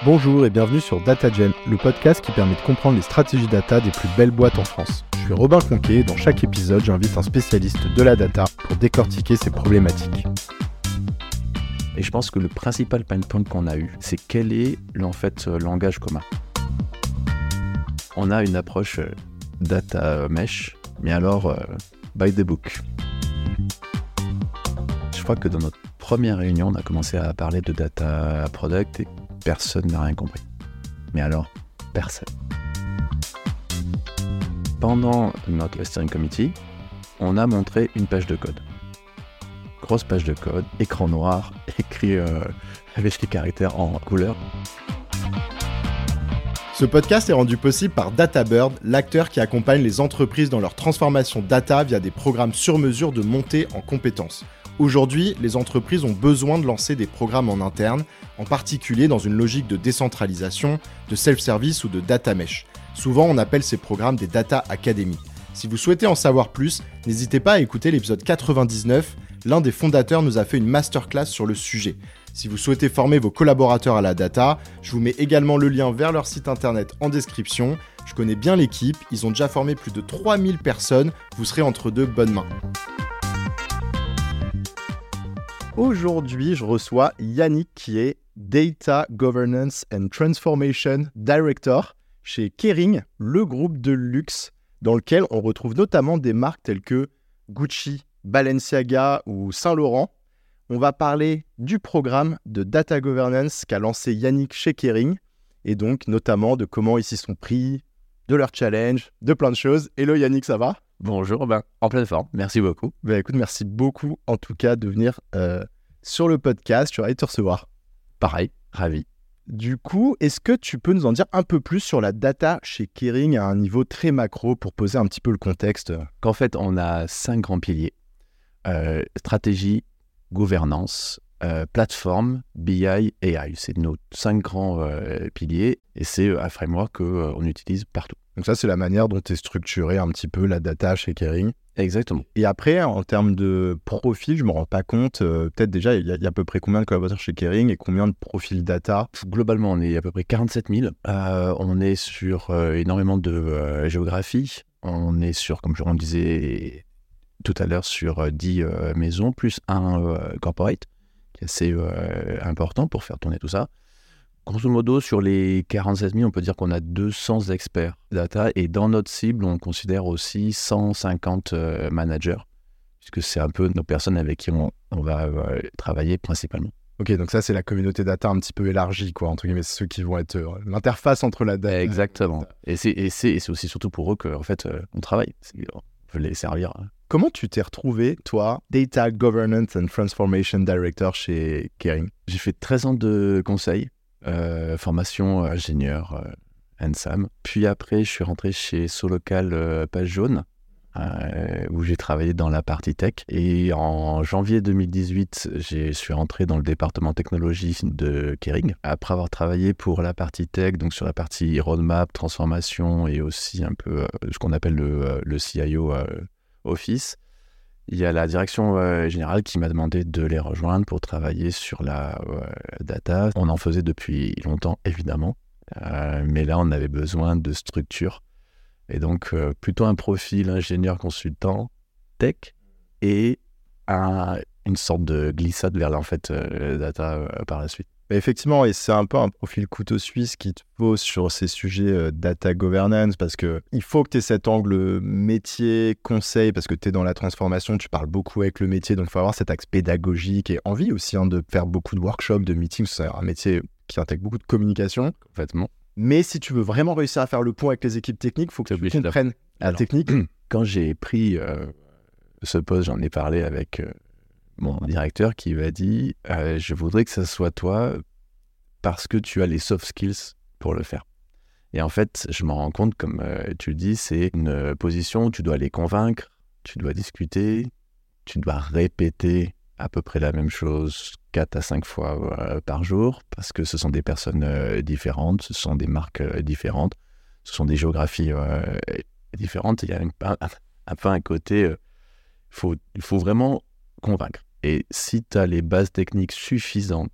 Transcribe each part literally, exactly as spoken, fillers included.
Bonjour et bienvenue sur DataGen, le podcast qui permet de comprendre les stratégies data des plus belles boîtes en France. Je suis Robin Conquet et dans chaque épisode, j'invite un spécialiste de la data pour décortiquer ces problématiques. Et je pense que le principal pain point qu'on a eu, c'est quel est en fait le langage commun. On a une approche euh, data mesh, mais alors euh, by the book. Je crois que dans notre première réunion, on a commencé à parler de data product et personne n'a rien compris. Mais alors, personne. Pendant notre steering committee, on a montré une page de code. Grosse page de code, écran noir, écrit euh, avec les caractères en couleur. Ce podcast est rendu possible par DataBird, l'acteur qui accompagne les entreprises dans leur transformation data via des programmes sur mesure de montée en compétences. Aujourd'hui, les entreprises ont besoin de lancer des programmes en interne, en particulier dans une logique de décentralisation, de self-service ou de data mesh. Souvent, on appelle ces programmes des data academy. Si vous souhaitez en savoir plus, n'hésitez pas à écouter l'épisode quatre-vingt-dix-neuf. L'un des fondateurs nous a fait une masterclass sur le sujet. Si vous souhaitez former vos collaborateurs à la data, je vous mets également le lien vers leur site internet en description. Je connais bien l'équipe, ils ont déjà formé plus de trois mille personnes, vous serez entre de bonnes mains. Aujourd'hui, je reçois Yannick qui est Data Governance and Transformation Director chez Kering, le groupe de luxe dans lequel on retrouve notamment des marques telles que Gucci, Balenciaga ou Saint-Laurent. On va parler du programme de Data Governance qu'a lancé Yannick chez Kering et donc notamment de comment ils s'y sont pris, de leur challenge, de plein de choses. Hello Yannick, ça va ? Bonjour Robin, en pleine forme, merci beaucoup. Bah écoute, merci beaucoup en tout cas de venir euh, sur le podcast, je suis ravi de te recevoir. Pareil, ravi. Du coup, est-ce que tu peux nous en dire un peu plus sur la data chez Kering à un niveau très macro pour poser un petit peu le contexte ? Qu'en fait, on a cinq grands piliers. Euh, stratégie, gouvernance, euh, plateforme, B I, A I. C'est nos cinq grands euh, piliers et c'est un framework qu'on euh, utilise partout. Donc ça, c'est la manière dont est structurée un petit peu la data chez Kering. Exactement. Et après, en termes de profil, je ne me rends pas compte, euh, peut-être déjà, il y, y a à peu près combien de collaborateurs chez Kering et combien de profils data ? Globalement, on est à peu près quarante-sept mille. Euh, on est sur euh, énormément de euh, géographie. On est sur, comme je vous disais tout à l'heure, sur euh, dix euh, maisons, plus un euh, corporate, qui est assez euh, important pour faire tourner tout ça. Grosso modo, sur les quarante-sept mille, on peut dire qu'on a deux cents experts data et dans notre cible, on considère aussi cent cinquante euh, managers, puisque c'est un peu nos personnes avec qui on, on va euh, travailler principalement. Ok, donc ça, c'est la communauté data un petit peu élargie, quoi, entre guillemets, c'est ceux qui vont être euh, l'interface entre la data. Exactement. Et c'est, et c'est, et c'est aussi surtout pour eux qu'en fait, euh, on travaille. C'est, on veut les servir. Comment tu t'es retrouvé, toi, Data Governance and Transformation Director chez Kering ? J'ai fait treize ans de conseil. Euh, formation ingénieur euh, N S A M. Puis après, je suis rentré chez Solocal euh, Page Jaune, euh, où j'ai travaillé dans la partie tech. Et en janvier deux mille dix-huit, je suis rentré dans le département technologie de Kering. Après avoir travaillé pour la partie tech, donc sur la partie roadmap, transformation et aussi un peu euh, ce qu'on appelle le, le C I O euh, Office, il y a la direction euh, générale qui m'a demandé de les rejoindre pour travailler sur la euh, data. On en faisait depuis longtemps, évidemment, euh, mais là, on avait besoin de structure. Et donc, euh, plutôt un profil ingénieur-consultant tech et un, une sorte de glissade vers en fait, euh, data euh, par la suite. Effectivement, et c'est un peu un profil couteau suisse qu'il te faut sur ces sujets euh, data governance parce qu'il faut que tu aies cet angle métier, conseil, parce que tu es dans la transformation, tu parles beaucoup avec le métier, donc il faut avoir cet axe pédagogique et envie aussi hein, de faire beaucoup de workshops, de meetings, c'est un métier qui intègre beaucoup de communication. Complètement. Mais si tu veux vraiment réussir à faire le pont avec les équipes techniques, il faut que tu comprennes la Alors, technique. Quand j'ai pris euh, ce poste, j'en ai parlé avec... Euh, mon directeur qui m'a dit euh, « Je voudrais que ça soit toi parce que tu as les soft skills pour le faire. » Et en fait, je m'en rends compte, comme euh, tu le dis, c'est une position où tu dois les convaincre, tu dois discuter, tu dois répéter à peu près la même chose quatre à cinq fois euh, par jour parce que ce sont des personnes euh, différentes, ce sont des marques euh, différentes, ce sont des géographies euh, différentes. Il y a un, un, un peu un côté, euh, faut, il faut vraiment convaincre. Et si tu as les bases techniques suffisantes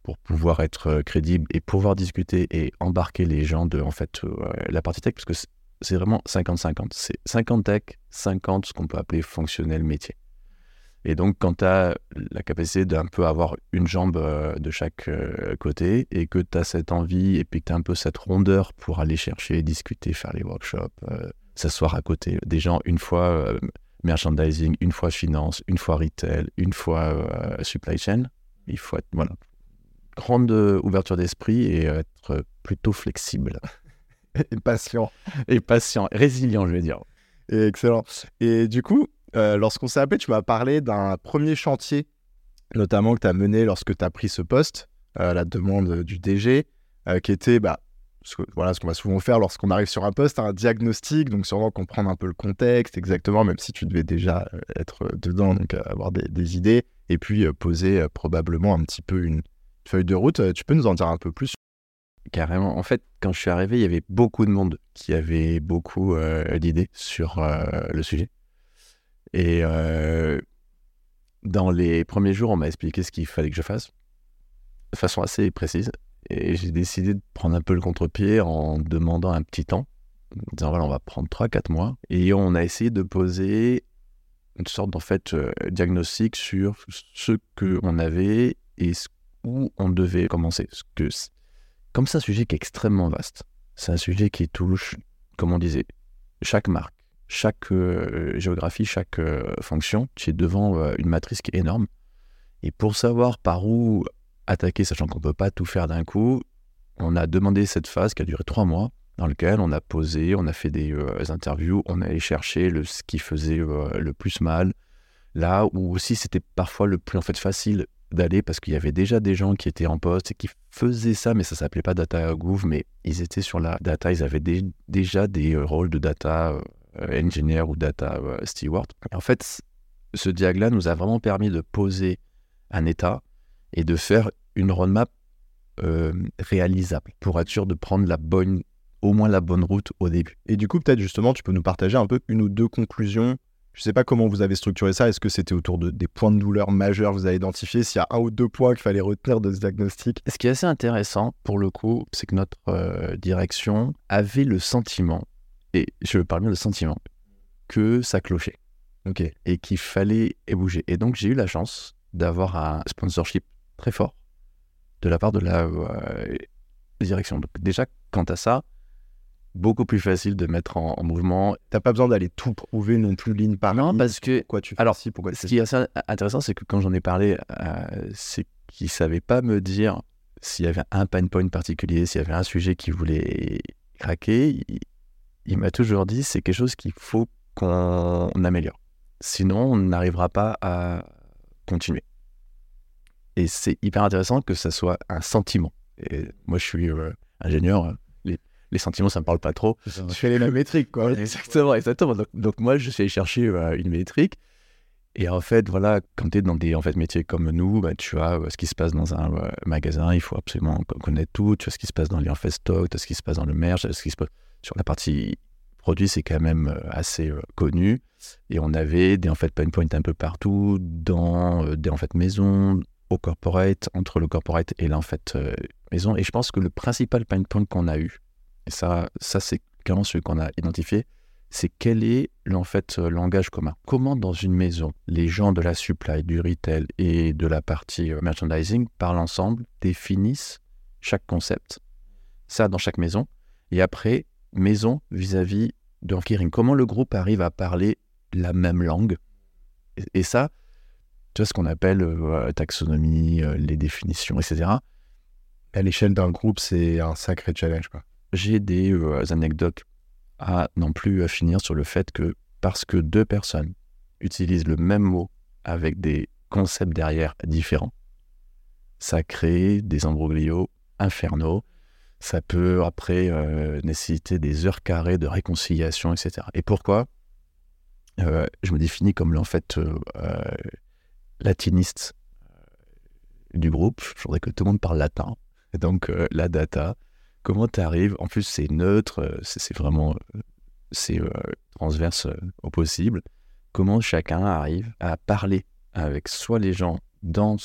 pour pouvoir être euh, crédible et pouvoir discuter et embarquer les gens de en fait euh, la partie tech, parce que c'est, c'est vraiment cinquante cinquante. C'est cinquante tech, cinquante ce qu'on peut appeler fonctionnel métier. Et donc, quand tu as la capacité d'un peu avoir une jambe euh, de chaque euh, côté et que tu as cette envie et puis que tu as un peu cette rondeur pour aller chercher, discuter, faire les workshops, euh, s'asseoir à côté des gens, une fois euh, merchandising, une fois finance, une fois retail, une fois euh, supply chain, il faut être, voilà, grande euh, ouverture d'esprit et euh, être plutôt flexible. Et patient. Et patient, résilient, je vais dire. Et excellent. Et du coup, euh, lorsqu'on s'est appelé, tu m'as parlé d'un premier chantier, notamment que tu as mené lorsque tu as pris ce poste, à la demande du D G, euh, qui était, bah, ce que, voilà, ce qu'on va souvent faire lorsqu'on arrive sur un poste, un diagnostic, donc sûrement comprendre un peu le contexte exactement, même si tu devais déjà euh, être dedans, donc euh, avoir des, des idées, et puis euh, poser euh, probablement un petit peu une feuille de route. Euh, tu peux nous en dire un peu plus? Carrément. En fait, quand je suis arrivé, il y avait beaucoup de monde qui avait beaucoup euh, d'idées sur euh, le sujet. Et euh, dans les premiers jours, on m'a expliqué ce qu'il fallait que je fasse de façon assez précise. Et j'ai décidé de prendre un peu le contre-pied en demandant un petit temps, en disant voilà, on va prendre trois quatre mois. Et on a essayé de poser une sorte d'en fait euh, diagnostic sur ce qu'on avait et ce, où on devait commencer. Ce que Comme c'est un sujet qui est extrêmement vaste, c'est un sujet qui touche, comme on disait, chaque marque, chaque euh, géographie, chaque euh, fonction. Tu es devant euh, une matrice qui est énorme. Et pour savoir par où attaquer, sachant qu'on ne peut pas tout faire d'un coup, on a demandé cette phase qui a duré trois mois, dans laquelle on a posé, on a fait des euh, interviews, on a allé chercher le, ce qui faisait euh, le plus mal, là où aussi c'était parfois le plus en fait facile d'aller parce qu'il y avait déjà des gens qui étaient en poste et qui faisaient ça, mais ça s'appelait pas data gouv, mais ils étaient sur la data, ils avaient des, déjà des euh, rôles de data euh, engineer ou data euh, steward. Et en fait, ce diag-là nous a vraiment permis de poser un état et de faire une roadmap euh, réalisable pour être sûr de prendre la bonne, au moins la bonne route au début. Et du coup, peut-être justement, tu peux nous partager un peu une ou deux conclusions. Je ne sais pas comment vous avez structuré ça. Est-ce que c'était autour de, des points de douleur majeurs que vous avez identifiés? S'il y a un ou deux points qu'il fallait retenir de ce diagnostic? Ce qui est assez intéressant, pour le coup, c'est que notre euh, direction avait le sentiment, et je parle bien de sentiment, que ça clochait. Ok. Et qu'il fallait bouger. Et donc, j'ai eu la chance d'avoir un sponsorship très fort de la part de la euh, direction. Donc, déjà, quant à ça, beaucoup plus facile de mettre en, en mouvement. T'as pas besoin d'aller tout prouver non plus ligne par ligne. Non, parce que... Pourquoi tu fais alors, ci, pourquoi ce qui est assez intéressant, c'est que quand j'en ai parlé, euh, c'est qu'ils ne savaient pas me dire s'il y avait un pain point particulier, s'il y avait un sujet qui voulait craquer. Il, il m'a toujours dit, c'est quelque chose qu'il faut qu'on améliore. Sinon, on n'arrivera pas à continuer. Et c'est hyper intéressant que ça soit un sentiment. Et moi, je suis euh, ingénieur. Les, les sentiments, ça ne me parle pas trop. Je fais les mêmes métriques, quoi. Exactement, exactement. Donc, donc moi, je suis allé chercher euh, une métrique. Et en fait, voilà, quand tu es dans des en fait, métiers comme nous, bah, tu as euh, ce qui se passe dans un euh, magasin, il faut absolument connaître tout. Tu as ce qui se passe dans les en fait, stock, tu as ce qui se passe dans le merch, tu as ce qui se passe sur la partie produit, c'est quand même euh, assez euh, connu. Et on avait des en fait, pain points un peu partout, dans euh, des en fait, maisons, au corporate, entre le corporate et la en fait, euh, maison. Et je pense que le principal pain point qu'on a eu, et ça, ça c'est clairement celui qu'on a identifié, c'est quel est en fait le langage commun. Comment dans une maison, les gens de la supply, du retail et de la partie euh, merchandising parlent ensemble, définissent chaque concept, ça dans chaque maison, et après, maison vis-à-vis de Kering. Comment le groupe arrive à parler la même langue? Et, et ça, tu vois ce qu'on appelle euh, taxonomie, euh, les définitions, et cetera. À l'échelle d'un groupe, c'est un sacré challenge, quoi. J'ai des euh, anecdotes à non plus à finir sur le fait que parce que deux personnes utilisent le même mot avec des concepts derrière différents, ça crée des embroglios infernaux. Ça peut après euh, nécessiter des heures carrées de réconciliation, et cetera. Et pourquoi euh, je me définis comme en fait euh, euh, latiniste euh, du groupe. Je voudrais que tout le monde parle latin. Et donc euh, la data, comment tu arrives, en plus c'est neutre, c'est, c'est vraiment euh, c'est euh, transverse euh, au possible. Comment chacun arrive à parler avec soit les gens dans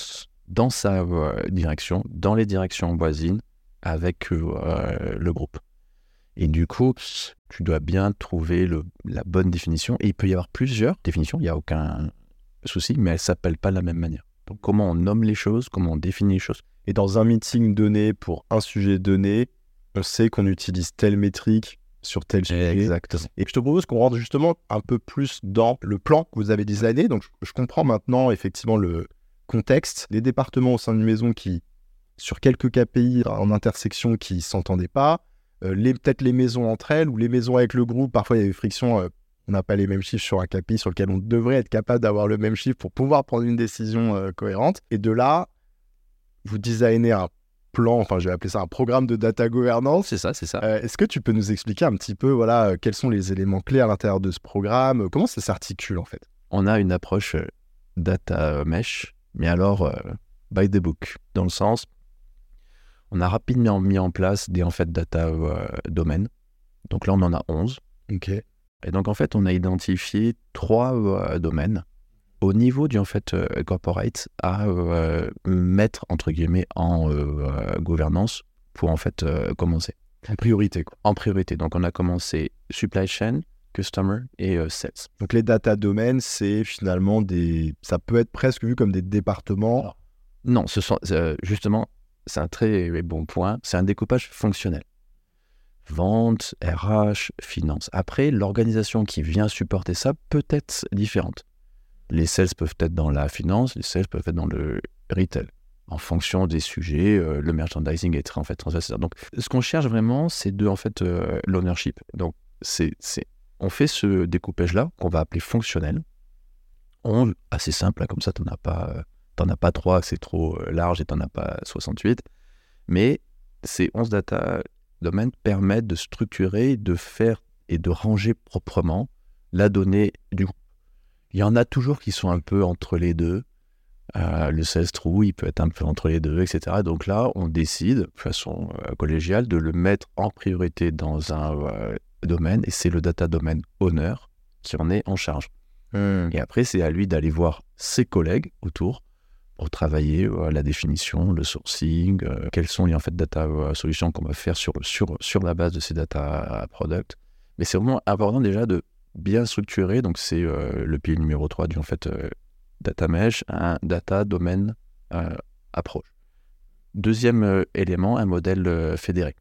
dans sa euh, direction, dans les directions voisines, avec euh, le groupe. Et du coup, tu dois bien trouver le, la bonne définition. Et il peut y avoir plusieurs définitions, il n'y a aucun souci, mais elles ne s'appellent pas de la même manière. Donc, comment on nomme les choses, comment on définit les choses. Et dans un meeting donné pour un sujet donné, on sait qu'on utilise telle métrique sur tel sujet. Exactement. Et je te propose qu'on rentre justement un peu plus dans le plan que vous avez designé. Donc, je comprends maintenant effectivement le contexte. Les départements au sein d'une maison qui, sur quelques K P I en intersection, qui ne s'entendaient pas. Euh, les, peut-être les maisons entre elles ou les maisons avec le groupe. Parfois, il y a des frictions. Euh, on n'a pas les mêmes chiffres sur un K P I sur lequel on devrait être capable d'avoir le même chiffre pour pouvoir prendre une décision euh, cohérente. Et de là, vous designez un plan, enfin je vais appeler ça un programme de data governance. C'est ça, c'est ça. Euh, est-ce que tu peux nous expliquer un petit peu voilà, euh, quels sont les éléments clés à l'intérieur de ce programme, euh, comment ça s'articule en fait? On a une approche euh, data mesh, mais alors euh, by the book, dans le sens, on a rapidement mis en place des en fait, data euh, domaines. Donc là, on en a onze. Ok. Et donc en fait, on a identifié trois euh, domaines au niveau du en fait euh, corporate à euh, mettre entre guillemets en euh, euh, gouvernance pour en fait euh, commencer. En priorité quoi. En priorité. Donc on a commencé supply chain, customer et euh, sales. Donc les data domaines, c'est finalement des, ça peut être presque vu comme des départements. Alors, non, ce sont euh, justement, c'est un très bon point. C'est un découpage fonctionnel. Vente, R H, finance. Après, l'organisation qui vient supporter ça peut être différente. Les sales peuvent être dans la finance, les sales peuvent être dans le retail. En fonction des sujets, euh, le merchandising est en fait transversal. Donc, ce qu'on cherche vraiment, c'est de en fait euh, l'ownership. Donc, c'est, c'est, on fait ce découpage-là qu'on va appeler fonctionnel. On, assez simple, là, comme ça, t'en as pas, euh, t'en as pas trois, c'est trop euh, large et t'en as pas soixante-huit. Mais ces onze data domaines permettent de structurer, de faire et de ranger proprement la donnée du groupe. Il y en a toujours qui sont un peu entre les deux. Euh, le sales trou, il peut être un peu entre les deux, et cetera. Donc là, on décide, de façon euh, collégiale, de le mettre en priorité dans un euh, domaine, et c'est le data domain owner qui en est en charge. Mmh. Et après, c'est à lui d'aller voir ses collègues autour pour travailler euh, la définition, le sourcing, euh, quelles sont les en fait, data euh, solutions qu'on va faire sur, sur, sur la base de ces data products. Mais c'est vraiment important déjà de bien structuré, donc c'est euh, le pilier numéro trois du en fait euh, data mesh, un data domaine euh, approche. Deuxième euh, élément, un modèle euh, fédéré.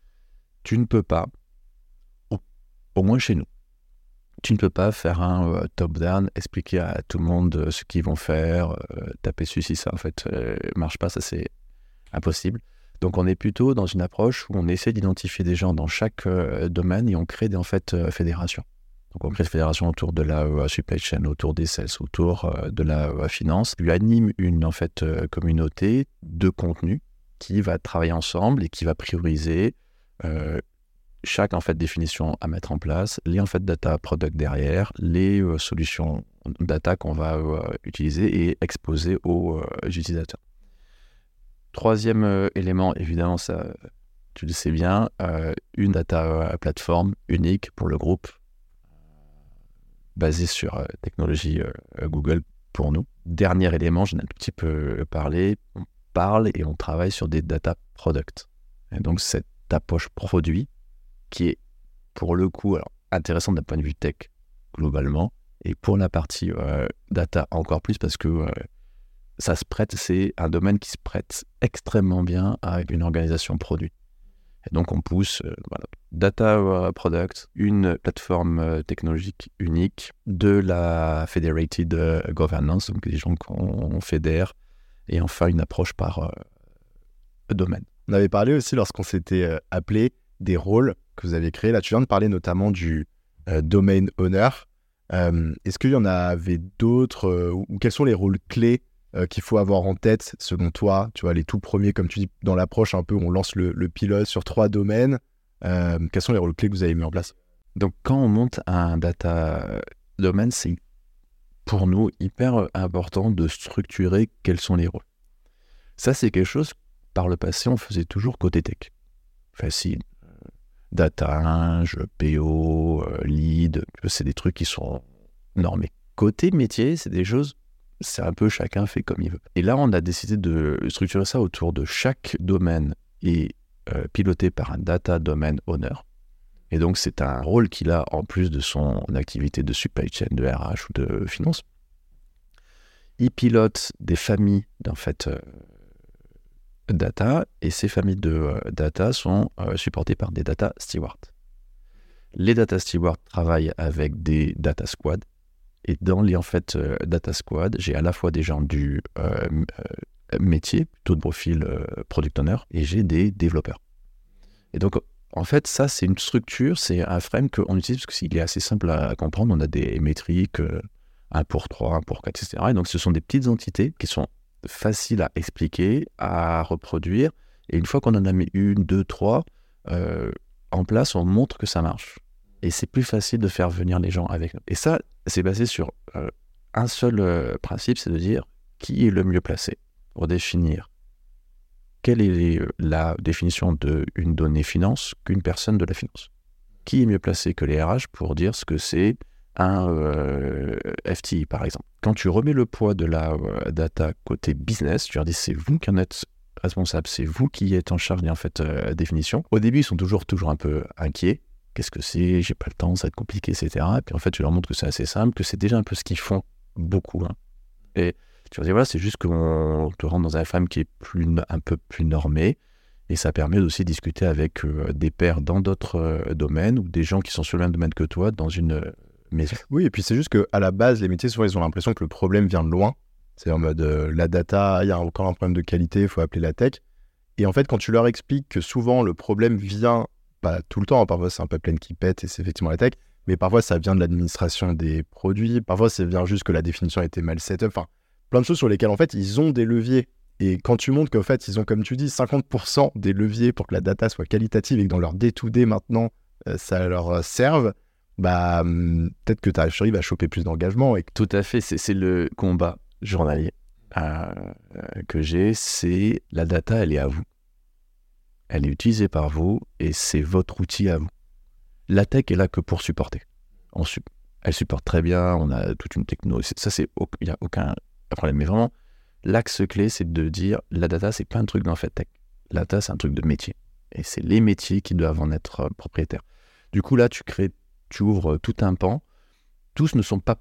Tu ne peux pas, au, au moins chez nous, tu ne peux pas faire un euh, top-down, expliquer à tout le monde euh, ce qu'ils vont faire, euh, taper dessus si ça en fait euh, marche pas, ça c'est impossible. Donc on est plutôt dans une approche où on essaie d'identifier des gens dans chaque euh, domaine et on crée des en fait euh, fédérations. Donc, on crée une fédération autour de la euh, supply chain, autour des sales, autour euh, de la euh, finance. Lui anime une en fait, euh, communauté de contenu qui va travailler ensemble et qui va prioriser euh, chaque en fait, définition à mettre en place, les en fait, data product derrière, les euh, solutions data qu'on va euh, utiliser et exposer aux euh, utilisateurs. Troisième euh, élément, évidemment, ça, tu le sais bien, euh, une data euh, plateforme unique pour le groupe, basé sur euh, technologie euh, Google pour nous. Dernier élément, j'en ai un tout petit peu parlé, on parle et on travaille sur des data products. Et donc cette approche produit qui est pour le coup alors, intéressante d'un point de vue tech globalement et pour la partie euh, data encore plus parce que euh, ça se prête, c'est un domaine qui se prête extrêmement bien à une organisation produit. Et donc, on pousse euh, voilà, data euh, product, une plateforme euh, technologique unique, de la federated euh, governance, donc des gens qu'on fédère, et enfin une approche par euh, domaine. On avait parlé aussi lorsqu'on s'était euh, appelé des rôles que vous avez créés. Là, tu viens de parler notamment du euh, domain owner. Euh, est-ce qu'il y en avait d'autres euh, ou quels sont les rôles clés Euh, qu'il faut avoir en tête, selon toi, tu vois, les tout premiers, comme tu dis, dans l'approche un peu où on lance le, le pilote sur trois domaines, euh, quels sont les rôles clés que vous avez mis en place? Donc, quand on monte un data domaine, c'est pour nous hyper important de structurer quels sont les rôles. Ça, c'est quelque chose, par le passé, on faisait toujours côté tech. Facile. Data, P O, lead, c'est des trucs qui sont normés. Côté métier, c'est des choses c'est un peu chacun fait comme il veut. Et là, on a décidé de structurer ça autour de chaque domaine et euh, piloté par un data domain owner. Et donc, c'est un rôle qu'il a en plus de son activité de supply chain, de R H ou de finance. Il pilote des familles, en fait, euh, data, et ces familles de euh, data sont euh, supportées par des data stewards. Les data stewards travaillent avec des data squads, et dans les en fait, euh, data squads, j'ai à la fois des gens du euh, euh, métier, plutôt de profil euh, product owner, et j'ai des développeurs. Et donc, en fait, ça, c'est une structure, c'est un frame qu'on utilise parce qu'il est assez simple à comprendre. On a des métriques, euh, un pour trois, un pour quatre, et cetera. Et donc, ce sont des petites entités qui sont faciles à expliquer, à reproduire. Et une fois qu'on en a mis une, deux, trois euh, en place, on montre que ça marche. Et c'est plus facile de faire venir les gens avec nous. Et ça, c'est basé sur euh, un seul euh, principe, c'est de dire qui est le mieux placé pour définir quelle est la définition d'une donnée finance qu'une personne de la finance. Qui est mieux placé que les R H pour dire ce que c'est un euh, F T I, par exemple. Quand tu remets le poids de la euh, data côté business, tu leur dis c'est vous qui en êtes responsable, c'est vous qui êtes en charge en fait euh, définition. Au début, ils sont toujours, toujours un peu inquiets. Qu'est-ce que c'est? J'ai pas le temps, ça va être compliqué, et cetera. Et puis en fait, tu leur montres que c'est assez simple, que c'est déjà un peu ce qu'ils font beaucoup. Hein. Et tu leur dis voilà, c'est juste qu'on te rentre dans un F M qui est plus, un peu plus normé. Et ça permet aussi de discuter avec euh, des pairs dans d'autres euh, domaines ou des gens qui sont sur le même domaine que toi dans une euh, maison. Oui, et puis c'est juste qu'à la base, les métiers, souvent, ils ont l'impression que le problème vient de loin. C'est en mode euh, la data, il y a encore un problème de qualité, il faut appeler la tech. Et en fait, quand tu leur expliques que souvent le problème vient, pas tout le temps, hein, parfois c'est un pipeline qui pète et c'est effectivement la tech, mais parfois ça vient de l'administration des produits, parfois ça vient juste que la définition a été mal set up, enfin plein de choses sur lesquelles en fait ils ont des leviers. Et quand tu montres qu'en fait ils ont, comme tu dis, cinquante pour cent des leviers pour que la data soit qualitative et que dans leur day-to-day maintenant euh, ça leur euh, serve, bah hum, peut-être que tu arrives à choper plus d'engagement. Et... Tout à fait, c'est, c'est le combat journalier euh, que j'ai, c'est la data, elle est à vous. Elle est utilisée par vous et c'est votre outil à vous. La tech est là que pour supporter. On su- elle supporte très bien, on a toute une techno, c'est, ça, c'est, il n'y a aucun problème. Mais vraiment, l'axe clé, c'est de dire la data, c'est pas un truc dans fait tech. La data, c'est un truc de métier. Et c'est les métiers qui doivent en être propriétaires. Du coup, là, tu crées, tu ouvres tout un pan. Tous ne sont pas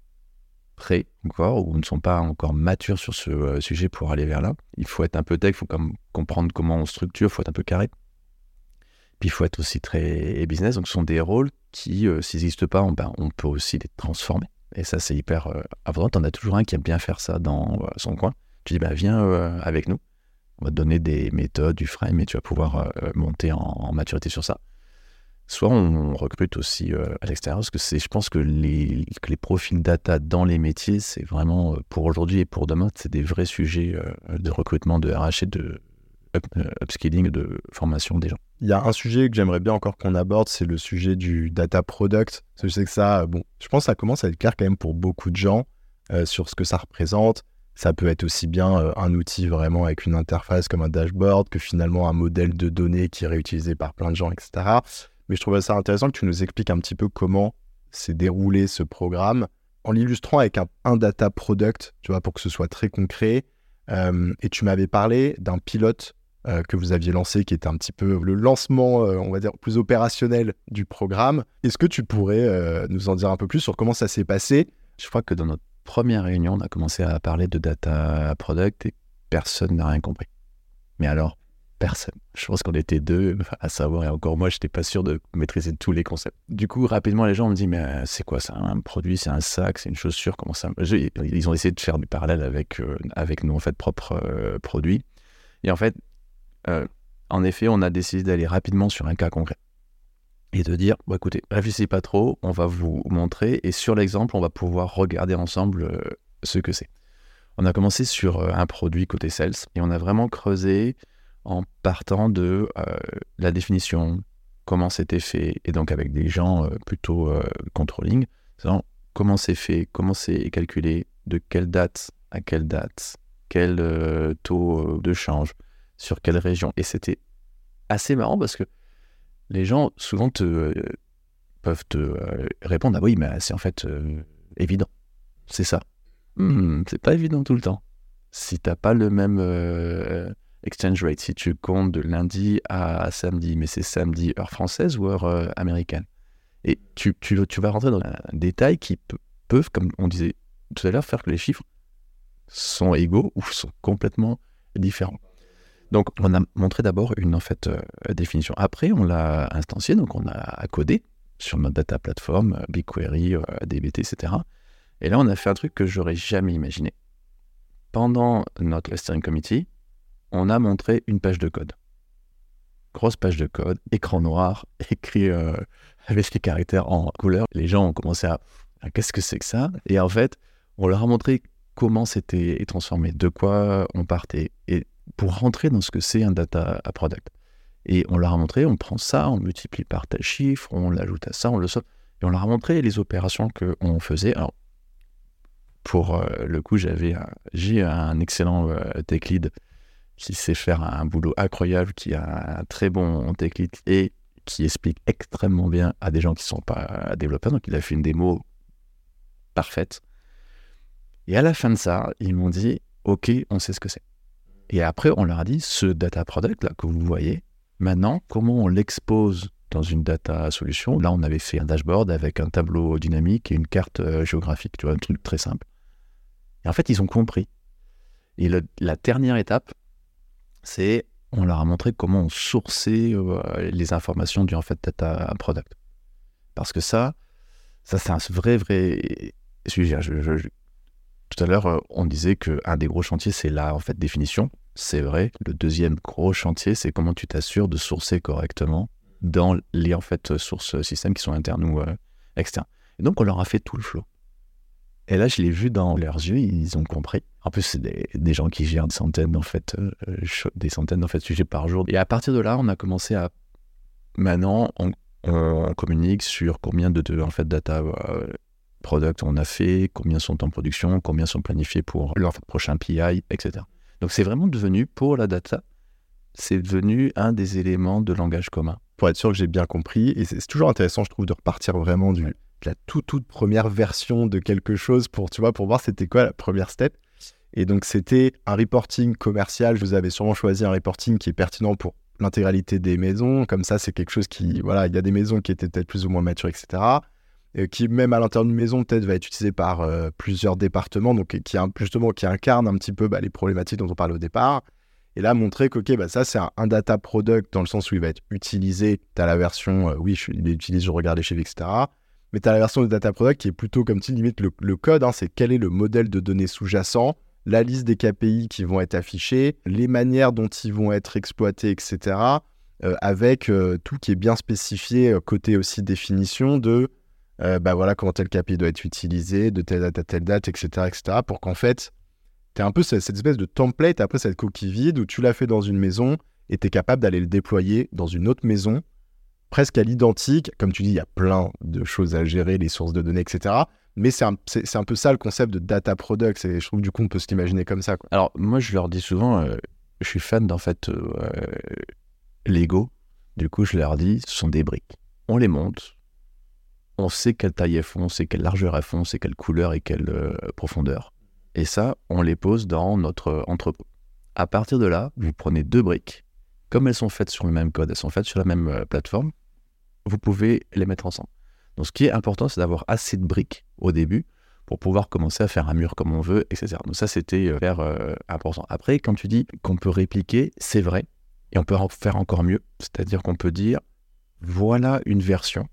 prêts encore ou ne sont pas encore matures sur ce euh, sujet pour aller vers là. Il faut être un peu tech, il faut comme comprendre comment on structure, il faut être un peu carré. Puis il faut être aussi très business. Donc ce sont des rôles qui, euh, s'ils n'existent pas, on, ben, on peut aussi les transformer. Et ça, c'est hyper euh, important. Tu en as toujours un qui aime bien faire ça dans euh, son coin. Tu dis, ben, viens euh, avec nous. On va te donner des méthodes, du frame, et tu vas pouvoir euh, monter en, en maturité sur ça. Soit on recrute aussi euh, à l'extérieur, parce que c'est, je pense que les, que les profils data dans les métiers, c'est vraiment, euh, pour aujourd'hui et pour demain, c'est des vrais sujets euh, de recrutement, de R H et de up, euh, upskilling, de formation des gens. Il y a un sujet que j'aimerais bien encore qu'on aborde, c'est le sujet du data product. Parce que je sais que ça, bon, je pense que ça commence à être clair quand même pour beaucoup de gens euh, sur ce que ça représente. Ça peut être aussi bien euh, un outil vraiment avec une interface comme un dashboard que finalement un modèle de données qui est réutilisé par plein de gens, et cetera. Mais je trouvais ça intéressant que tu nous expliques un petit peu comment s'est déroulé ce programme en l'illustrant avec un, un data product, tu vois, pour que ce soit très concret. Euh, et tu m'avais parlé d'un pilote euh, que vous aviez lancé qui était un petit peu le lancement, euh, on va dire, plus opérationnel du programme. Est-ce que tu pourrais euh, nous en dire un peu plus sur comment ça s'est passé? Je crois que dans notre première réunion, on a commencé à parler de data product et personne n'a rien compris. Mais alors, personne. Je pense qu'on était deux à savoir, et encore moi, je n'étais pas sûr de maîtriser tous les concepts. Du coup, rapidement, les gens me disent, mais euh, c'est quoi ça? Un produit, c'est un sac, c'est une chaussure, comment ça? Je, ils ont essayé de faire du parallèle avec, euh, avec nos en fait, propres euh, produits. Et en fait, euh, en effet, on a décidé d'aller rapidement sur un cas concret. Et de dire, bon, écoutez, réfléchissez pas trop, on va vous montrer, et sur l'exemple, on va pouvoir regarder ensemble euh, ce que c'est. On a commencé sur euh, un produit côté sales, et on a vraiment creusé en partant de euh, la définition, comment c'était fait, et donc avec des gens euh, plutôt euh, controlling, comment c'est fait, comment c'est calculé, de quelle date à quelle date, quel euh, taux de change, sur quelle région. Et c'était assez marrant parce que les gens souvent te, euh, peuvent te euh, répondre, ah oui, mais c'est en fait euh, évident, c'est ça. Hmm, c'est pas évident tout le temps. Si t'as pas le même euh, exchange rate, si tu comptes de lundi à samedi, mais c'est samedi heure française ou heure euh, américaine. Et tu, tu, tu vas rentrer dans un détail qui peut, peuvent, comme on disait tout à l'heure, faire que les chiffres sont égaux ou sont complètement différents. Donc, on a montré d'abord une en fait, euh, définition. Après, on l'a instancié, donc on a codé sur notre data platform, euh, BigQuery, euh, D B T, et cetera. Et là, on a fait un truc que j'aurais jamais imaginé. Pendant notre steering committee, on a montré une page de code. Grosse page de code, écran noir, écrit euh, avec les caractères en couleur. Les gens ont commencé à « qu'est-ce que c'est que ça ?» Et en fait, on leur a montré comment c'était transformé, de quoi on partait, et pour rentrer dans ce que c'est un data product. Et on leur a montré, on prend ça, on multiplie par tel chiffre, on l'ajoute à ça, on le sort. Et on leur a montré les opérations qu'on faisait. Alors, pour euh, le coup, j'avais un, j'ai un excellent euh, tech lead qui sait faire un boulot incroyable, qui a un très bon tech lead et qui explique extrêmement bien à des gens qui ne sont pas développeurs. Donc, il a fait une démo parfaite. Et à la fin de ça, ils m'ont dit « Ok, on sait ce que c'est. » Et après, on leur a dit « Ce data product là que vous voyez, maintenant, comment on l'expose dans une data solution ?» Là, on avait fait un dashboard avec un tableau dynamique et une carte euh, géographique, tu vois, un truc très simple. Et en fait, ils ont compris. Et le, la dernière étape, c'est on leur a montré comment on sourçait euh, les informations du en fait, data product. Parce que ça, ça c'est un vrai, vrai sujet. Je, je, je, tout à l'heure, on disait qu'un des gros chantiers, c'est la en fait, définition. C'est vrai. Le deuxième gros chantier, c'est comment tu t'assures de sourcer correctement dans les en fait, sources systèmes qui sont internes ou euh, externes. Et donc, on leur a fait tout le flow. Et là, je l'ai vu dans leurs yeux, ils ont compris. En plus, c'est des, des gens qui gèrent des centaines, en fait, euh, des centaines en fait, sujets par jour. Et à partir de là, on a commencé à... Maintenant, on, on communique sur combien de, de en fait, data euh, product on a fait, combien sont en production, combien sont planifiés pour leur prochain P I, et cetera. Donc, c'est vraiment devenu, pour la data, c'est devenu un des éléments de langage commun. Pour être sûr que j'ai bien compris, et c'est, c'est toujours intéressant, je trouve, de repartir vraiment du... la toute, toute première version de quelque chose pour, tu vois, pour voir c'était quoi la première step. Et donc, c'était un reporting commercial. Vous avez sûrement choisi un reporting qui est pertinent pour l'intégralité des maisons. Comme ça, c'est quelque chose qui, voilà, il y a des maisons qui étaient peut-être plus ou moins matures, et cetera. Et qui, même à l'intérieur d'une maison, peut-être va être utilisé par euh, plusieurs départements, donc qui, justement, qui incarne un petit peu bah, les problématiques dont on parlait au départ. Et là, montrer que, ok, bah, ça, c'est un, un data product dans le sens où il va être utilisé. Tu as la version, euh, oui, je, il est utilisé, je regarde les chiffres, et cetera. Mais tu as la version de data product qui est plutôt comme tu limite le, le code, hein, c'est quel est le modèle de données sous-jacent, la liste des K P I qui vont être affichés, les manières dont ils vont être exploités, et cetera. Euh, avec euh, tout qui est bien spécifié, euh, côté aussi définition de euh, bah voilà, comment tel K P I doit être utilisé, de telle date à telle date, et cetera, et cetera. Pour qu'en fait, tu as un peu cette, cette espèce de template, après cette coquille vide où tu l'as fait dans une maison et tu es capable d'aller le déployer dans une autre maison, presque à l'identique. Comme tu dis, il y a plein de choses à gérer, les sources de données, et cetera. Mais c'est un, c'est, c'est un peu ça le concept de data product. Et je trouve du coup, on peut se l'imaginer comme ça, quoi. Alors, moi, je leur dis souvent, euh, je suis fan d'en fait euh, Lego. Du coup, je leur dis, ce sont des briques. On les monte, on sait quelle taille elles font, on sait quelle largeur elles font, on sait quelle couleur et quelle euh, profondeur. Et ça, on les pose dans notre entrepôt. À partir de là, vous prenez deux briques. Comme elles sont faites sur le même code, elles sont faites sur la même euh, plateforme, vous pouvez les mettre ensemble. Donc, ce qui est important, c'est d'avoir assez de briques au début pour pouvoir commencer à faire un mur comme on veut, et cetera. Donc ça, c'était euh, faire, euh, important. Après, quand tu dis qu'on peut répliquer, c'est vrai, et on peut en faire encore mieux. C'est-à-dire qu'on peut dire, voilà une version,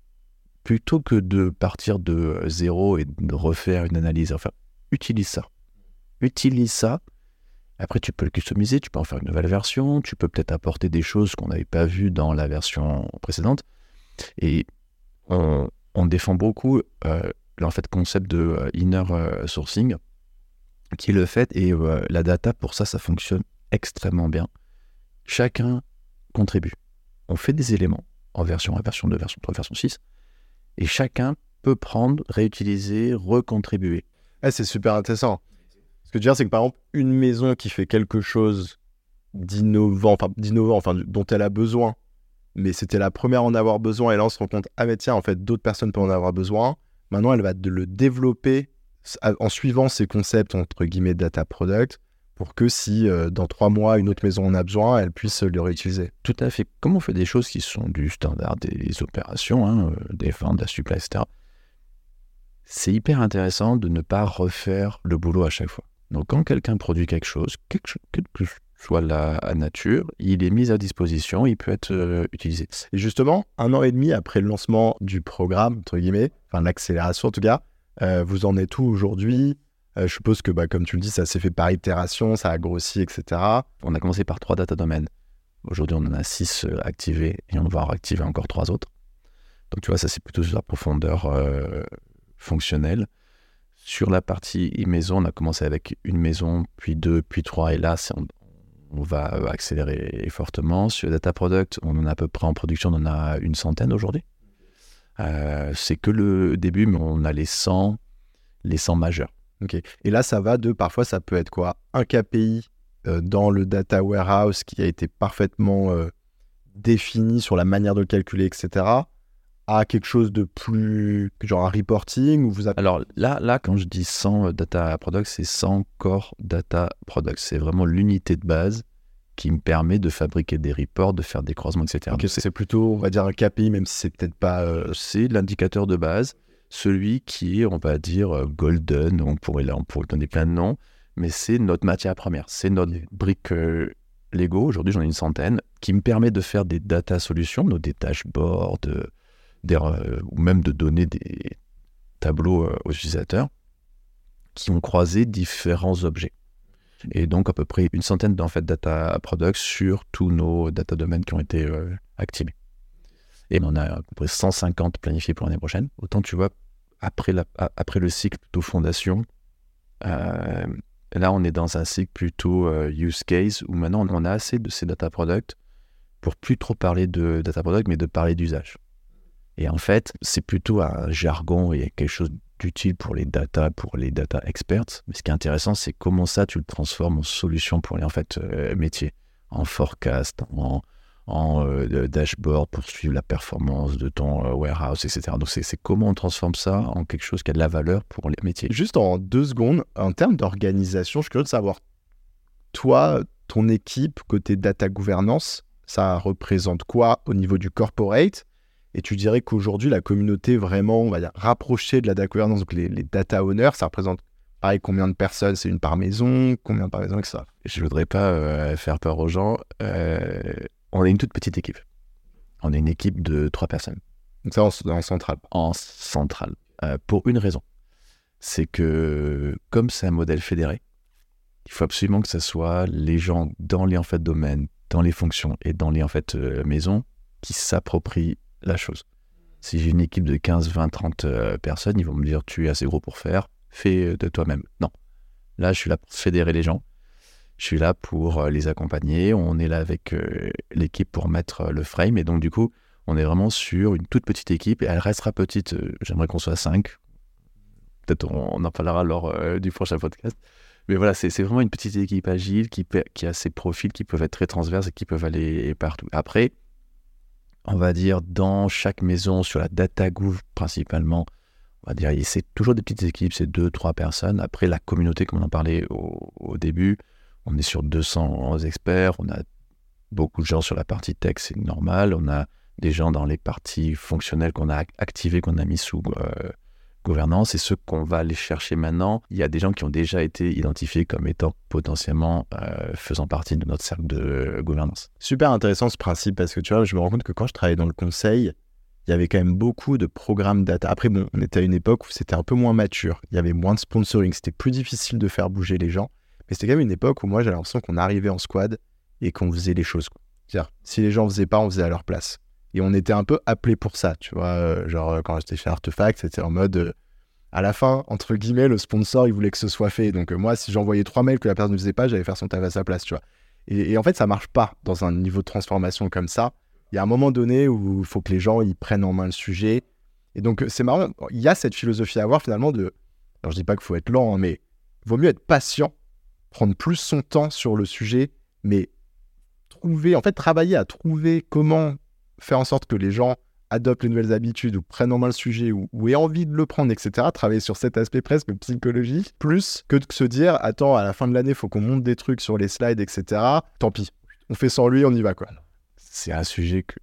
plutôt que de partir de zéro et de refaire une analyse. Enfin, utilise ça. Utilise ça. Après, tu peux le customiser, tu peux en faire une nouvelle version, tu peux peut-être apporter des choses qu'on n'avait pas vues dans la version précédente. Et on, on défend beaucoup euh, en fait, concept de euh, inner euh, sourcing, qui est le fait, et euh, la data, pour ça, ça fonctionne extrêmement bien. Chacun contribue. On fait des éléments en version un, version deux, version trois, version six, et chacun peut prendre, réutiliser, recontribuer. Ouais, c'est super intéressant. Ce que je veux dire, c'est que par exemple, une maison qui fait quelque chose d'innovant, enfin, d'innovant, enfin, dont elle a besoin, mais c'était la première à en avoir besoin, et là on se rend compte, ah mais tiens, en fait, d'autres personnes peuvent en avoir besoin. Maintenant, elle va de le développer en suivant ces concepts, entre guillemets, data product, pour que si euh, dans trois mois, une autre maison en a besoin, elle puisse le réutiliser. Tout à fait. Comme on fait des choses qui sont du standard des opérations, hein, euh, des ventes, de la supply, et cetera, c'est hyper intéressant de ne pas refaire le boulot à chaque fois. Donc, quand quelqu'un produit quelque chose, quelque chose quelle que soit la nature, il est mis à disposition, il peut être euh, utilisé. Et justement, un an et demi après le lancement du programme, entre guillemets, enfin l'accélération en tout cas, euh, vous en êtes où aujourd'hui ? euh, Je suppose que, bah, comme tu le dis, ça s'est fait par itération, ça a grossi, et cetera. On a commencé par trois data domaines. Aujourd'hui, on en a six euh, activés et on va en activer encore trois autres. Donc, tu vois, ça, c'est plutôt sur la profondeur euh, fonctionnelle. Sur la partie e-maison, on a commencé avec une maison, puis deux, puis trois, et là, c'est, on, on va accélérer fortement. Sur Data Product, on en a à peu près en production, on en a une centaine aujourd'hui. Euh, c'est que le début, mais on a les cent, les cent majeurs. Ok. Et là, ça va de, parfois, ça peut être quoi ? Un K P I euh, dans le data warehouse qui a été parfaitement euh, défini sur la manière de le calculer, et cetera, à quelque chose de plus, genre un reporting où vous avez... Alors là, là, quand je dis cent data products, c'est cent core data products. C'est vraiment l'unité de base qui me permet de fabriquer des reports, de faire des croisements, et cetera. Ok, c'est, c'est plutôt, on va dire, un K P I, même si c'est peut-être pas... Euh... C'est l'indicateur de base, celui qui est, on va dire, golden, on pourrait, là, on pourrait donner plein de noms, mais c'est notre matière première, c'est notre brique euh, Lego, aujourd'hui j'en ai une centaine, qui me permet de faire des data solutions, donc des dashboards, euh, Des, euh, ou même de donner des tableaux euh, aux utilisateurs qui ont croisé différents objets. Et donc à peu près une centaine d'en fait, data products sur tous nos data domaines qui ont été euh, activés. Et on a à peu près cent cinquante planifiés pour l'année prochaine. Autant tu vois, après, la, après le cycle plutôt fondation, euh, là on est dans un cycle plutôt euh, use case où maintenant on a assez de ces data products pour plus trop parler de data product mais de parler d'usage. Et en fait, c'est plutôt un jargon et quelque chose d'utile pour les data, pour les data experts. Mais ce qui est intéressant, c'est comment ça, tu le transformes en solution pour les en fait, euh, métiers, en forecast, en, en euh, dashboard pour suivre la performance de ton euh, warehouse, et cetera. Donc, c'est, c'est comment on transforme ça en quelque chose qui a de la valeur pour les métiers. Juste en deux secondes, en termes d'organisation, je suis curieux de savoir, toi, ton équipe, côté data gouvernance, ça représente quoi au niveau du corporate ? Et tu dirais qu'aujourd'hui, la communauté vraiment, on va dire, rapprochée de la data gouvernance, donc les, les data owners, ça représente, pareil, combien de personnes ? C'est une par maison ? Combien par maison, et cetera. Je ne voudrais pas euh, faire peur aux gens. Euh, on est une toute petite équipe. On est une équipe de trois personnes. Donc ça, en, en centrale. En centrale. Euh, pour une raison. C'est que, comme c'est un modèle fédéré, il faut absolument que ce soit les gens dans les en fait, domaines, dans les fonctions et dans les en fait, euh, maisons qui s'approprient la chose. Si j'ai une équipe de quinze, vingt, trente euh, personnes, ils vont me dire tu es assez gros pour faire, fais de toi-même. Non. Là, je suis là pour fédérer les gens. Je suis là pour euh, les accompagner. On est là avec euh, l'équipe pour mettre euh, le frame. Et donc, du coup, on est vraiment sur une toute petite équipe et elle restera petite. Euh, j'aimerais qu'on soit cinq. Peut-être on, on en parlera lors euh, du prochain podcast. Mais voilà, c'est, c'est vraiment une petite équipe agile qui, qui a ses profils qui peuvent être très transverses et qui peuvent aller partout. Après, on va dire, dans chaque maison, sur la data gouv principalement, on va dire, c'est toujours des petites équipes, c'est deux, trois personnes. Après, la communauté, comme on en parlait au, au début, on est sur deux cents experts, on a beaucoup de gens sur la partie tech, c'est normal, on a des gens dans les parties fonctionnelles qu'on a activées, qu'on a mis sous euh, gouvernance, et ceux qu'on va aller chercher maintenant, il y a des gens qui ont déjà été identifiés comme étant potentiellement euh, faisant partie de notre cercle de euh, gouvernance. Super intéressant ce principe, parce que tu vois, je me rends compte que quand je travaillais dans le conseil, il y avait quand même beaucoup de programmes data. Après, bon, on était à une époque où c'était un peu moins mature, il y avait moins de sponsoring, c'était plus difficile de faire bouger les gens, mais c'était quand même une époque où moi, j'avais l'impression qu'on arrivait en squad et qu'on faisait les choses, quoi. C'est-à-dire, si les gens faisaient pas, on faisait à leur place. Et on était un peu appelés pour ça, tu vois. Euh, genre, quand j'étais chez Artefact, c'était en mode... Euh, à la fin, entre guillemets, le sponsor, il voulait que ce soit fait. Donc, euh, moi, si j'envoyais trois mails que la personne ne faisait pas, j'allais faire son taf à sa place, tu vois. Et, et en fait, ça marche pas dans un niveau de transformation comme ça. Il y a un moment donné où il faut que les gens, ils prennent en main le sujet. Et donc, c'est marrant. Il y a cette philosophie à avoir, finalement, de... Alors, je dis pas qu'il faut être lent, hein, mais il vaut mieux être patient, prendre plus son temps sur le sujet, mais trouver... En fait, travailler à trouver comment faire en sorte que les gens adoptent les nouvelles habitudes ou prennent en main le sujet ou, ou aient envie de le prendre, et cetera, travailler sur cet aspect presque psychologie, plus que de se dire, attends, à la fin de l'année, il faut qu'on monte des trucs sur les slides, et cetera. Tant pis, on fait sans lui, on y va, quoi. C'est un sujet que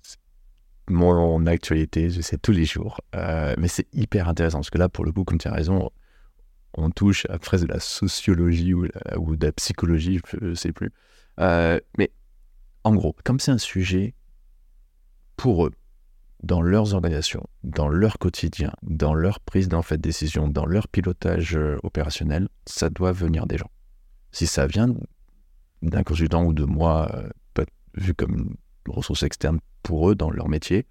mon actualité, je sais tous les jours, euh, mais c'est hyper intéressant parce que là, pour le coup, comme tu as raison, on touche à presque de la sociologie ou, la, ou de la psychologie, je ne sais plus. Euh, mais en gros, comme c'est un sujet pour eux, dans leurs organisations, dans leur quotidien, dans leur prise d'en fait, décision, dans leur pilotage euh, opérationnel, ça doit venir des gens. Si ça vient d'un consultant ou de moi, euh, pas vu comme une ressource externe pour eux dans leur métier,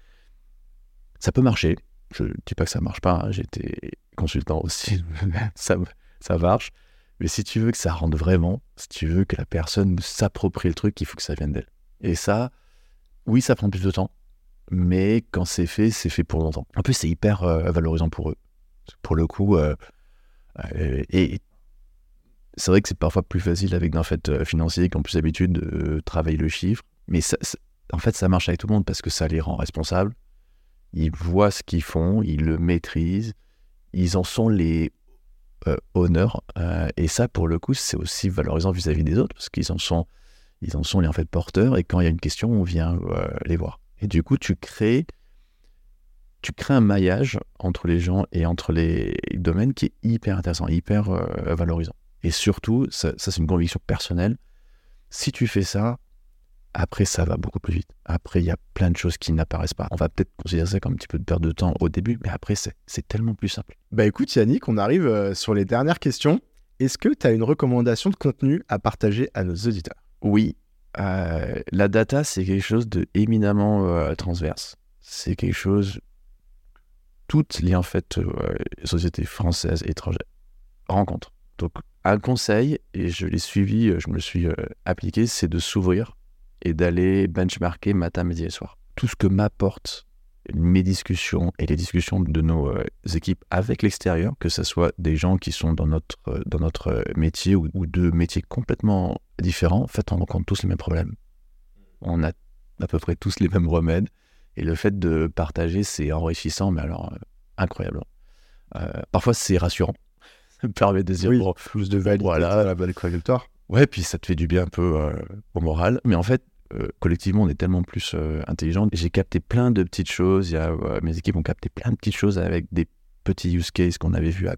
ça peut marcher. Je ne dis pas que ça ne marche pas, hein. J'étais consultant aussi, ça, ça marche. Mais si tu veux que ça rentre vraiment, si tu veux que la personne s'approprie le truc, il faut que ça vienne d'elle. Et ça, oui, ça prend plus de temps. Mais quand c'est fait, c'est fait pour longtemps. En plus, c'est hyper euh, valorisant pour eux. Pour le coup, euh, euh, et c'est vrai que c'est parfois plus facile avec un fait euh, financier qui ont plus l'habitude de euh, travailler le chiffre. Mais ça, ça, en fait, ça marche avec tout le monde parce que ça les rend responsables. Ils voient ce qu'ils font, ils le maîtrisent, ils en sont les euh, honneurs. Euh, et ça, pour le coup, c'est aussi valorisant vis-à-vis des autres parce qu'ils en sont, ils en sont les en fait porteurs. Et quand il y a une question, on vient euh, les voir. Et du coup, tu crées, tu crées un maillage entre les gens et entre les domaines qui est hyper intéressant, hyper euh, valorisant. Et surtout, ça, ça c'est une conviction personnelle, si tu fais ça, après ça va beaucoup plus vite. Après, il y a plein de choses qui n'apparaissent pas. On va peut-être considérer ça comme un petit peu de perte de temps au début, mais après, c'est, c'est tellement plus simple. Bah écoute Yannick, on arrive euh, sur les dernières questions. Est-ce que tu as une recommandation de contenu à partager à nos auditeurs ? Oui. Euh, la data, c'est quelque chose de éminemment euh, transverse. C'est quelque chose... Toutes les, en fait, euh, sociétés françaises et étrangères rencontrent. Donc, un conseil, et je l'ai suivi, je me le suis euh, appliqué, c'est de s'ouvrir et d'aller benchmarker matin, midi et soir. Tout ce que m'apportent mes discussions et les discussions de nos euh, équipes avec l'extérieur, que ce soit des gens qui sont dans notre, euh, dans notre métier ou, ou de métiers complètement différents, en fait, on rencontre tous les mêmes problèmes. On a à peu près tous les mêmes remèdes. Et le fait de partager, c'est enrichissant, mais alors euh, incroyable. Euh, parfois, c'est rassurant. Ça me permet de dire, oui, bon, plus de validité voilà, à la bonne trajectoire. Ouais, puis ça te fait du bien un peu euh, au moral. Mais en fait, euh, collectivement, on est tellement plus euh, intelligent. J'ai capté plein de petites choses. Il y a, euh, mes équipes ont capté plein de petites choses avec des petits use cases qu'on avait vus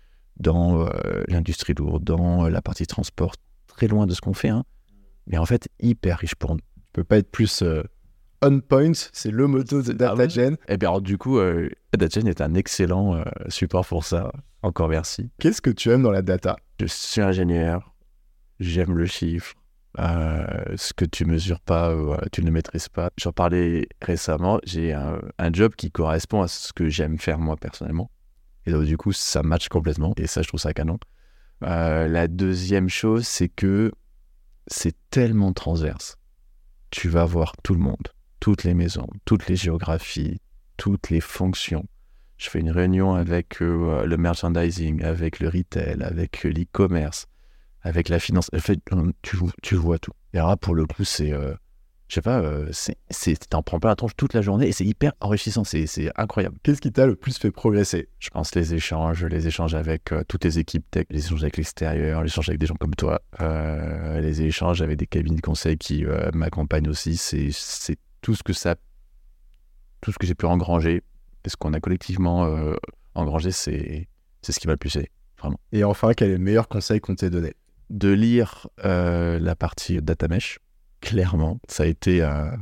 dans euh, l'industrie lourde, dans euh, la partie transport, très loin de ce qu'on fait. Hein. Mais en fait, hyper riche pour nous. Tu peux pas être plus euh, on point, c'est le motto de DataGen. Et bien alors, du coup, euh, DataGen est un excellent euh, support pour ça. Encore merci. Qu'est-ce que tu aimes dans la data ? Je suis ingénieur, j'aime le chiffre. Euh, ce que tu mesures pas, euh, tu ne le maîtrises pas. J'en parlais récemment, j'ai un, un job qui correspond à ce que j'aime faire moi personnellement. Et donc du coup, ça match complètement. Et ça, je trouve ça canon. Euh, la deuxième chose, c'est que c'est tellement transverse. Tu vas voir tout le monde, toutes les maisons, toutes les géographies, toutes les fonctions. Je fais une réunion avec euh, le merchandising, avec le retail, avec l'e-commerce, avec la finance. En fait, tu, tu vois tout. Et alors là, pour le coup, c'est... Euh, je sais pas, euh, c'est, c'est, t'en prends pas la tronche toute la journée et c'est hyper enrichissant, c'est, c'est incroyable. Qu'est-ce qui t'a le plus fait progresser ? Je pense les échanges, les échanges avec euh, toutes les équipes tech, les échanges avec l'extérieur, les échanges avec des gens comme toi, euh, les échanges avec des cabinets de conseil qui euh, m'accompagnent aussi, c'est, c'est tout ce que ça... Tout ce que j'ai pu engranger, et ce qu'on a collectivement euh, engrangé, c'est, c'est ce qui m'a le plus aidé, vraiment. Et enfin, quel est le meilleur conseil qu'on t'ait donné ? De lire euh, la partie data mesh, clairement, ça a été un,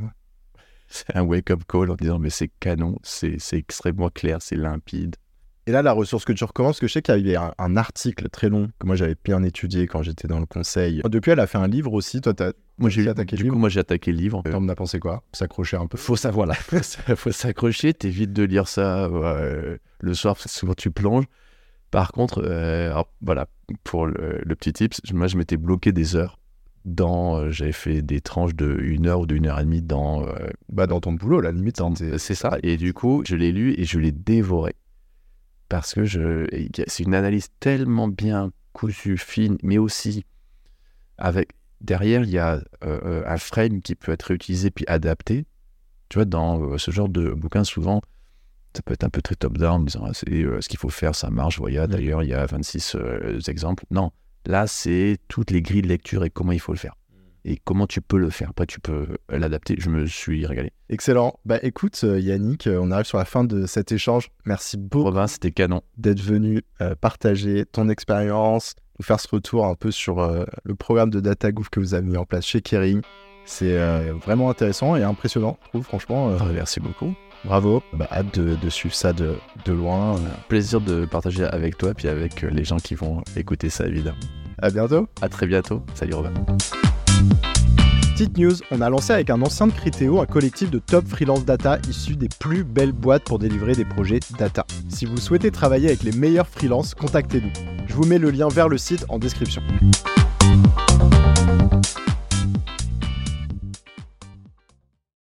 c'est un wake-up call en disant mais c'est canon, c'est, c'est extrêmement clair, c'est limpide. Et là, la ressource que tu recommences, parce que je sais qu'il y avait un, un article très long que moi j'avais bien étudié quand j'étais dans le conseil. Depuis, elle a fait un livre aussi. Toi, t'as moi j'ai attaqué du le livre. coup, moi j'ai attaqué le livre. T'en as pensé quoi ? S'accrocher un peu. Faut savoir là, faut s'accrocher. T'évites de lire ça euh, le soir parce que souvent tu plonges. Par contre, euh, alors, voilà, pour le, le petit tips, moi je m'étais bloqué des heures. Dans, euh, j'avais fait des tranches de une heure ou d'une heure et demie dans, euh, bah dans ton boulot, la limite. Dans, c'est ça. Et du coup, je l'ai lu et je l'ai dévoré. Parce que je, c'est une analyse tellement bien cousue, fine, mais aussi avec derrière, il y a euh, un frame qui peut être réutilisé puis adapté. Tu vois, dans euh, ce genre de bouquin, souvent, ça peut être un peu très top-down, en disant ah, c'est euh, ce qu'il faut faire, ça marche, voilà, mmh. d'ailleurs, il y a vingt-six euh, exemples. Non, là, c'est toutes les grilles de lecture et comment il faut le faire. Et comment tu peux le faire. Après, tu peux l'adapter. Je me suis régalé. Excellent. Bah écoute, euh, Yannick, euh, on arrive sur la fin de cet échange. Merci beaucoup Robin, c'était canon. D'être venu euh, partager ton expérience, nous faire ce retour un peu sur euh, le programme de DataGouv que vous avez mis en place chez Kering. C'est euh, vraiment intéressant et impressionnant, je trouve, franchement. Euh, Merci beaucoup. Bravo. Bah, hâte de, de suivre ça de, de loin. Plaisir de partager avec toi puis avec les gens qui vont écouter ça, évidemment. À bientôt. À très bientôt. Salut Robin. Petite news, on a lancé avec un ancien de Criteo un collectif de top freelance data issus des plus belles boîtes pour délivrer des projets data. Si vous souhaitez travailler avec les meilleurs freelances, contactez-nous. Je vous mets le lien vers le site en description.